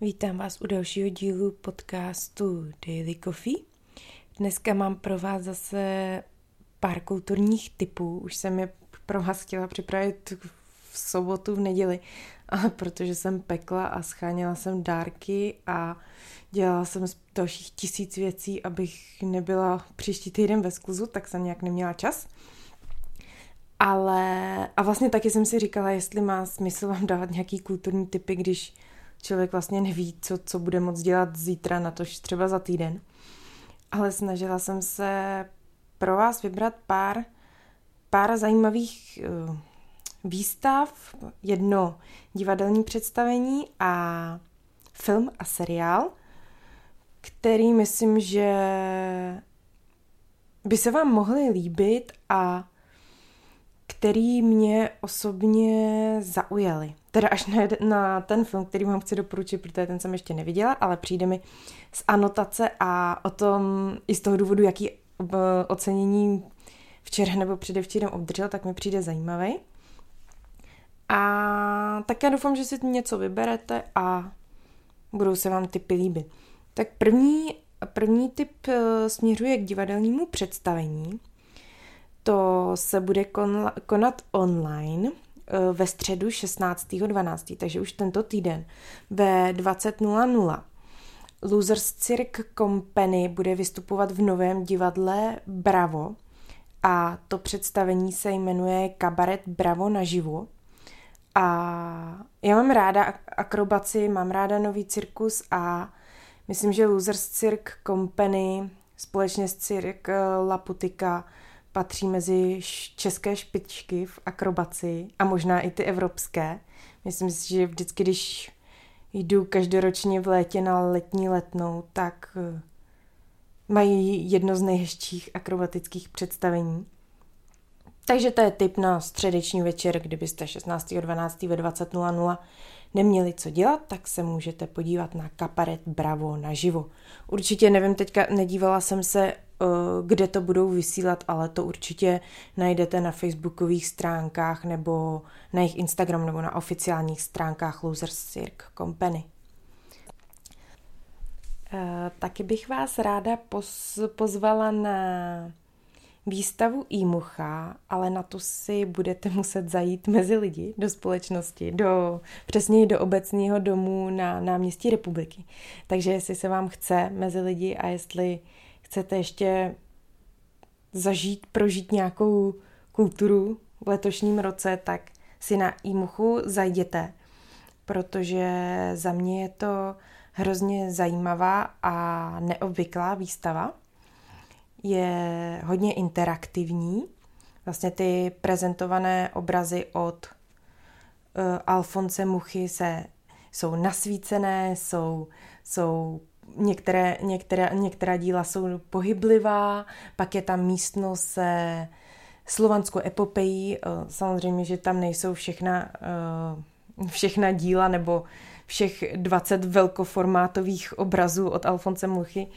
Vítám vás u dalšího dílu podcastu Daily Coffee. Dneska mám pro vás zase pár kulturních tipů. Už jsem je pro vás chtěla připravit v sobotu, v neděli, ale protože jsem pekla a scháněla jsem dárky a dělala jsem dalších 1000 věcí, abych nebyla příští týden ve skluzu, tak jsem nějak neměla čas. A vlastně taky jsem si říkala, jestli má smysl vám dávat nějaký kulturní tipy, když člověk vlastně neví, co bude moct dělat zítra, natož třeba za týden. Ale snažila jsem se pro vás vybrat pár zajímavých výstav, jedno divadelní představení a film a seriál, který myslím, že by se vám mohly líbit a který mě osobně zaujaly. Teda až na ten film, který vám chci doporučit, protože ten jsem ještě neviděla, ale přijde mi z anotace a o tom i z toho důvodu, jaký ocenění včera nebo předevčírem obdržel, tak mi přijde zajímavý. A tak já doufám, že si něco vyberete a budou se vám tipy líbit. Tak první tip směřuje k divadelnímu představení. To se bude konat online ve středu 16.12., takže už tento týden ve 20:00. Losers Cirque Company bude vystupovat v novém divadle Bravo a to představení se jmenuje Kabaret Bravo naživo. A já mám ráda akrobaci, mám ráda nový cirkus a myslím, že Losers Cirque Company společně s Cirque Laputika patří mezi české špičky v akrobaci a možná i ty evropské. Myslím si, že vždycky, když jdu každoročně v létě na letní letnou, tak mají jedno z nejhezčích akrobatických představení. Takže to je tip na středeční večer, kdybyste 16.12. ve 20:00 neměli co dělat, tak se můžete podívat na Kabaret Bravo naživo. Určitě nevím, teďka nedívala jsem se, kde to budou vysílat, ale to určitě najdete na facebookových stránkách nebo na jejich Instagram nebo na oficiálních stránkách Losers Cirque Company. Taky bych vás ráda pozvala na výstavu Imucha, ale na tu si budete muset zajít mezi lidi, do společnosti, přesněji do obecního domu na náměstí Republiky. Takže jestli se vám chce mezi lidi a jestli chcete ještě prožít nějakou kulturu v letošním roce, tak si na Imuchu zajděte, protože za mě je to hrozně zajímavá a neobvyklá výstava. Je hodně interaktivní. Vlastně ty prezentované obrazy od Alfonse Muchy jsou nasvícené, jsou některá díla jsou pohyblivá, pak je tam místnost se slovanskou epopejí. Samozřejmě, že tam nejsou všechna díla nebo všech 20 velkoformátových obrazů od Alfonse Muchy,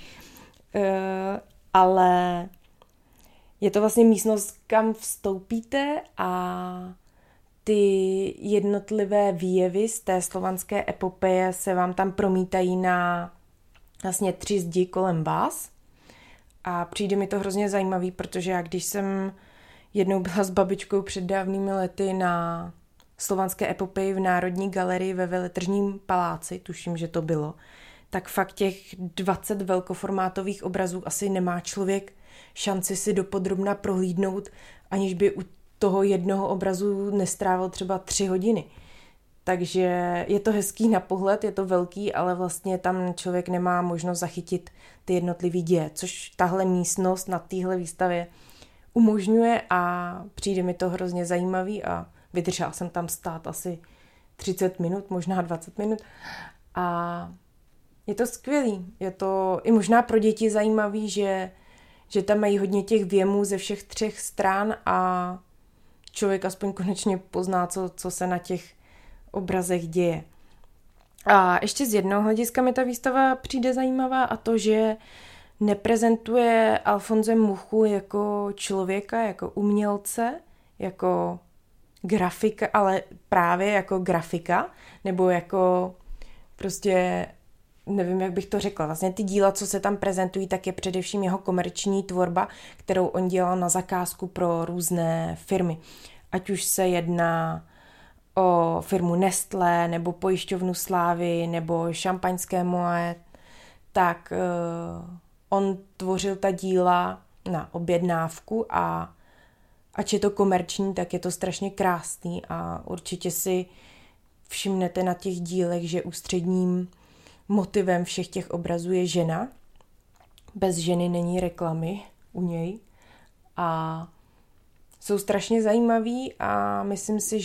ale je to vlastně místnost, kam vstoupíte a ty jednotlivé výjevy z té slovanské epopeje se vám tam promítají na vlastně 3 zdi kolem vás. A přijde mi to hrozně zajímavý, protože já když jsem jednou byla s babičkou před dávnými lety na slovanské epopeji v Národní galerii ve Veletržním paláci, tuším, že to bylo, tak fakt těch 20 velkoformátových obrazů asi nemá člověk šanci si dopodrobna prohlídnout, aniž by u toho jednoho obrazu nestrávil třeba 3 hodiny. Takže je to hezký na pohled, je to velký, ale vlastně tam člověk nemá možnost zachytit ty jednotlivý děje, což tahle místnost na téhle výstavě umožňuje a přijde mi to hrozně zajímavý a vydržela jsem tam stát asi 30 minut, možná 20 minut a je to skvělý. Je to i možná pro děti zajímavý, že tam mají hodně těch věmů ze všech 3 stran a člověk aspoň konečně pozná, co se na těch obrazech děje. A ještě z jednoho hlediska mi ta výstava přijde zajímavá a to, že neprezentuje Alfonse Muchu jako člověka, jako umělce, jako grafika, ale právě jako grafika, nebo jako prostě nevím, jak bych to řekla, vlastně ty díla, co se tam prezentují, tak je především jeho komerční tvorba, kterou on dělal na zakázku pro různé firmy. Ať už se jedná o firmu Nestlé, nebo pojišťovnu Slávy, nebo šampaňské Moët, tak on tvořil ta díla na objednávku a ač je to komerční, tak je to strašně krásný a určitě si všimnete na těch dílech, že ústředním motivem všech těch obrazů je žena. Bez ženy není reklamy u něj a jsou strašně zajímavý a myslím si,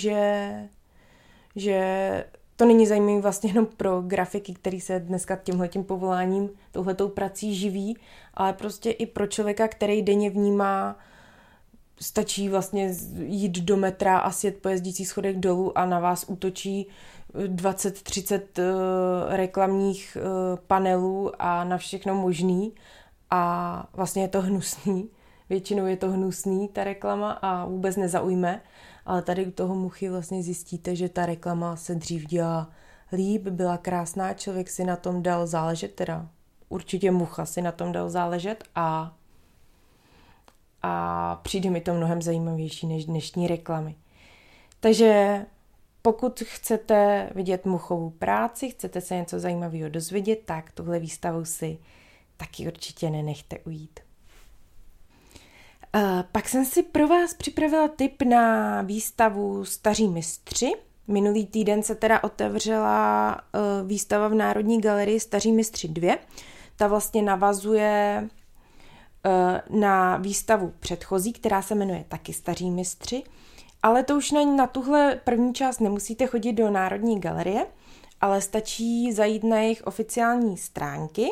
že to není zajímavý vlastně jenom pro grafiky, který se dneska tímhletím povoláním, touhletou prací živí, ale prostě i pro člověka, který denně vnímá, stačí vlastně jít do metra a sjet po jezdících schodech dolů a na vás útočí 20-30 reklamních panelů a na všechno možný a vlastně je to hnusný. Většinou je to hnusný, ta reklama a vůbec nezaujme, ale tady u toho Muchy vlastně zjistíte, že ta reklama se dřív dělala líp, byla krásná, člověk si na tom dal záležet, teda určitě Mucha si na tom dal záležet a přijde mi to mnohem zajímavější než dnešní reklamy. Takže pokud chcete vidět Muchovu práci, chcete se něco zajímavého dozvědět, tak tuhle výstavu si taky určitě nenechte ujít. Pak jsem si pro vás připravila tip na výstavu Staří mistři. Minulý týden se teda otevřela výstava v Národní galerii Staří mistři 2. Ta vlastně navazuje na výstavu předchozí, která se jmenuje taky Staří mistři, ale to už na tuhle první část nemusíte chodit do Národní galerie, ale stačí zajít na jejich oficiální stránky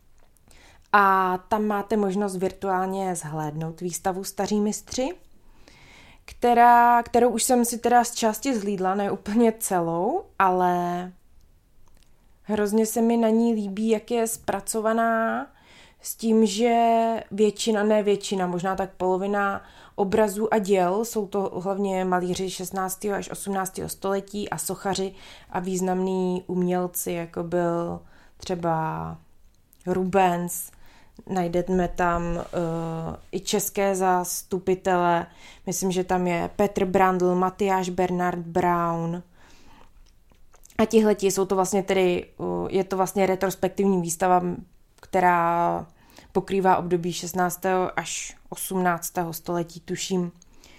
a tam máte možnost virtuálně zhlédnout výstavu Staří mistři, kterou už jsem si teda z části zhlídla, ne úplně celou, ale hrozně se mi na ní líbí, jak je zpracovaná, s tím, že většina, možná tak polovina obrazů a děl, jsou to hlavně malíři 16. až 18. století a sochaři a významní umělci, jako byl třeba Rubens, najdeme tam i české zastupitele, myslím, že tam je Petr Brandl, Matyáš Bernard Braun a tihleti jsou to vlastně tedy, je to vlastně retrospektivní výstava, která pokrývá období 16. až 18. století, tuším.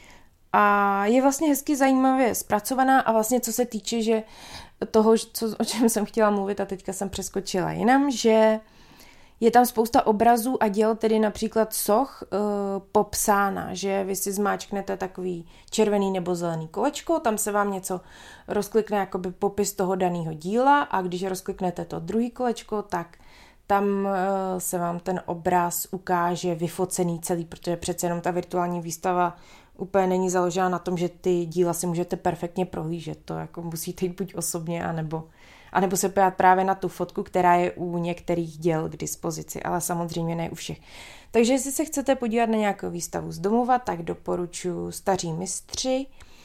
A je vlastně hezky zajímavě zpracovaná a vlastně co se týče, že toho, o čem jsem chtěla mluvit a teďka jsem přeskočila jinam, že je tam spousta obrazů a děl, tedy například soch, popsána, že vy si zmáčknete takový červený nebo zelený kolečko, tam se vám něco rozklikne jakoby popis toho daného díla a když rozkliknete to druhý kolečko, tak tam se vám ten obraz ukáže vyfocený celý, protože přece jenom ta virtuální výstava úplně není založena na tom, že ty díla si můžete perfektně prohlížet. To jako musíte jít buď osobně, anebo se podívat právě na tu fotku, která je u některých děl k dispozici, ale samozřejmě ne u všech. Takže jestli se chcete podívat na nějakou výstavu z domova, tak doporučuji Staří mistři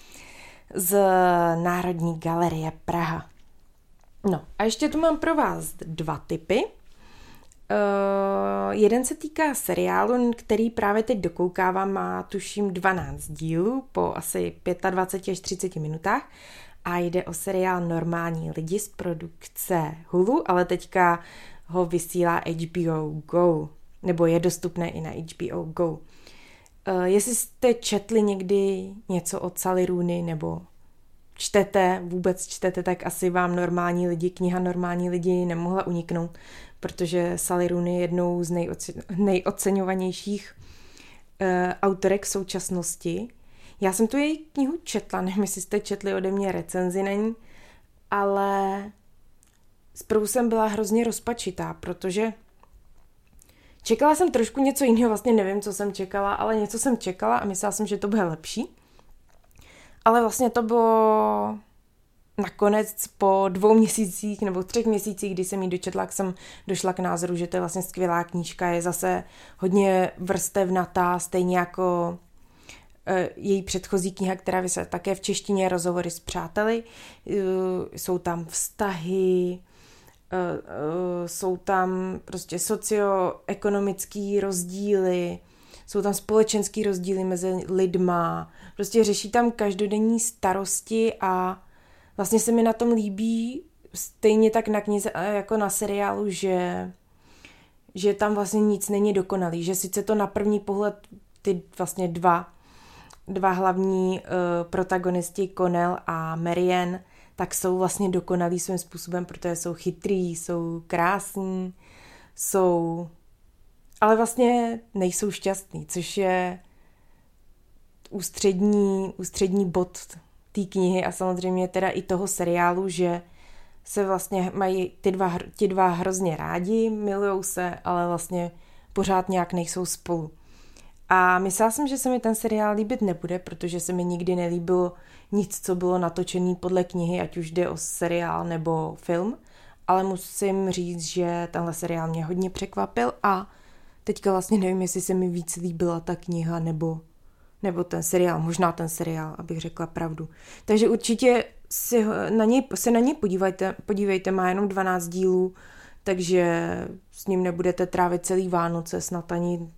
z Národní galerie Praha. No a ještě tu mám pro vás 2 tipy. Jeden se týká seriálu, který právě teď dokoukávám, má tuším 12 dílů po asi 25 až 30 minutách a jde o seriál Normální lidi z produkce Hulu, ale teďka ho vysílá HBO Go, nebo je dostupné i na HBO Go. Jestli jste četli někdy něco od Sally Rooney, nebo vůbec čtete, tak asi vám kniha Normální lidi nemohla uniknout, protože Sally Rooney je jednou z nejoceňovanějších autorek současnosti. Já jsem tu její knihu četla, nevím, jestli jste četli ode mě recenzi na ní, ale zprvu jsem byla hrozně rozpačitá, protože čekala jsem trošku něco jiného, vlastně nevím, co jsem čekala, ale něco jsem čekala a myslela jsem, že to bude lepší. Ale vlastně to bylo nakonec po 2 měsících nebo 3 měsících, kdy jsem ji dočetla, jak jsem došla k názoru, že to je vlastně skvělá knížka, je zase hodně vrstevnatá, stejně jako její předchozí kniha, která vyšla také v češtině, Rozhovory s přáteli. Jsou tam vztahy jsou tam prostě socioekonomický rozdíly, jsou tam společenský rozdíly mezi lidma, prostě řeší tam každodenní starosti a vlastně se mi na tom líbí stejně tak na knize jako na seriálu, že tam vlastně nic není dokonalý, že sice to na první pohled ty vlastně dva hlavní protagonisti, Connell a Marianne, tak jsou vlastně dokonalí svým způsobem, protože jsou chytrý, jsou krásní, ale vlastně nejsou šťastní, což je ústřední bod té knihy a samozřejmě teda i toho seriálu, že se vlastně mají ti dva hrozně rádi, milujou se, ale vlastně pořád nějak nejsou spolu. A myslela jsem, že se mi ten seriál líbit nebude, protože se mi nikdy nelíbilo nic, co bylo natočené podle knihy, ať už jde o seriál nebo film, ale musím říct, že tenhle seriál mě hodně překvapil a teďka vlastně nevím, jestli se mi víc líbila ta kniha nebo ten seriál, možná ten seriál, abych řekla pravdu. Takže určitě se na něj podívejte, má jenom 12 dílů, takže s ním nebudete trávit celý Vánoce, snad ani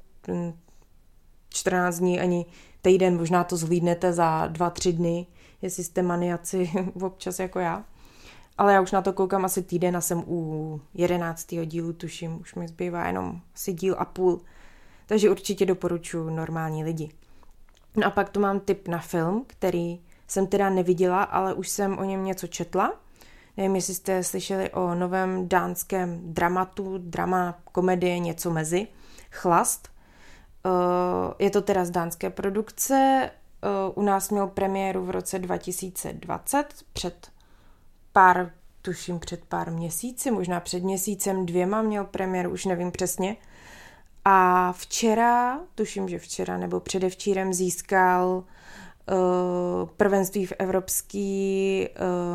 14 dní, ani týden, možná to zhlídnete za 2-3 dny, jestli jste maniaci občas jako já. Ale já už na to koukám asi týden a jsem u 11. dílu, tuším, už mi zbývá jenom asi díl a půl. Takže určitě doporučuji Normální lidi. No a pak tu mám tip na film, který jsem teda neviděla, ale už jsem o něm něco četla. Nevím, jestli jste slyšeli o novém dánském drama, komedie, něco mezi, Chlast. Je to teda z dánské produkce, u nás měl premiéru v roce 2020, před pár měsíci, možná před měsícem 2 měl premiéru, už nevím přesně. A tuším, že včera nebo předevčírem získal prvenství v evropský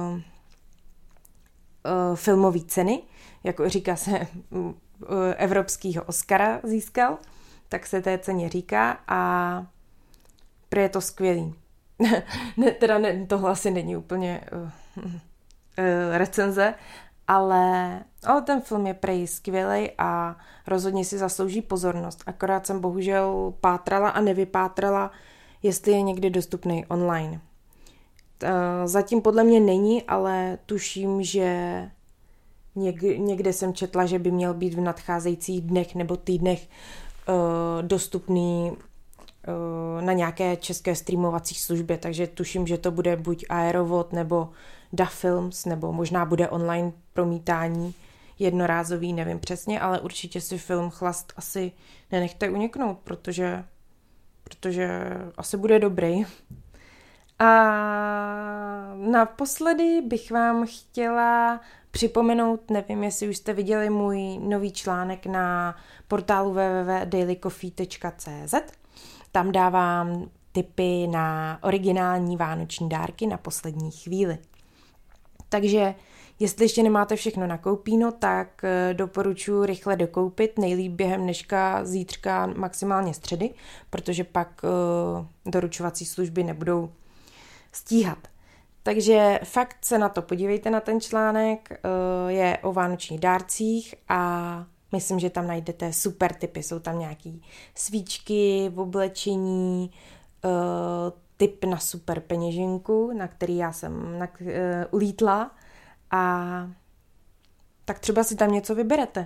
filmový ceny, jako říká se evropskýho Oscara získal, tak se té ceně říká a je to skvělý. Tohle asi není úplně recenze, ale ten film je prej skvělej a rozhodně si zaslouží pozornost. Akorát jsem bohužel pátrala a nevypátrala, jestli je někdy dostupný online. Zatím podle mě není, ale tuším, že někde jsem četla, že by měl být v nadcházejících dnech nebo týdnech dostupný na nějaké české streamovací službě, takže tuším, že to bude buď Aerovod nebo Da Films, nebo možná bude online promítání jednorázový, nevím přesně, ale určitě si film Chlast asi nenechte uniknout, protože asi bude dobrý. A naposledy bych vám chtěla připomenout, nevím, jestli už jste viděli můj nový článek na portálu www.dailycoffee.cz. Tam dávám tipy na originální vánoční dárky na poslední chvíli. Takže jestli ještě nemáte všechno nakoupíno, tak doporučuji rychle dokoupit, nejlíp během dneška, zítřka, maximálně středy, protože pak doručovací služby nebudou stíhat. Takže fakt se na to podívejte, na ten článek, je o vánočních dárcích a myslím, že tam najdete super tipy. Jsou tam nějaký svíčky, oblečení, tip na super peněženku, na který já jsem ulítla a tak třeba si tam něco vyberete.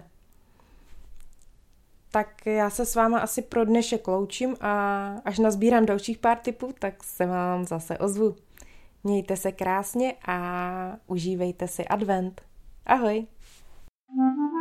Tak já se s váma asi pro dnešek loučím a až nazbírám dalších pár tipů, tak se vám zase ozvu. Mějte se krásně a užívejte si advent. Ahoj!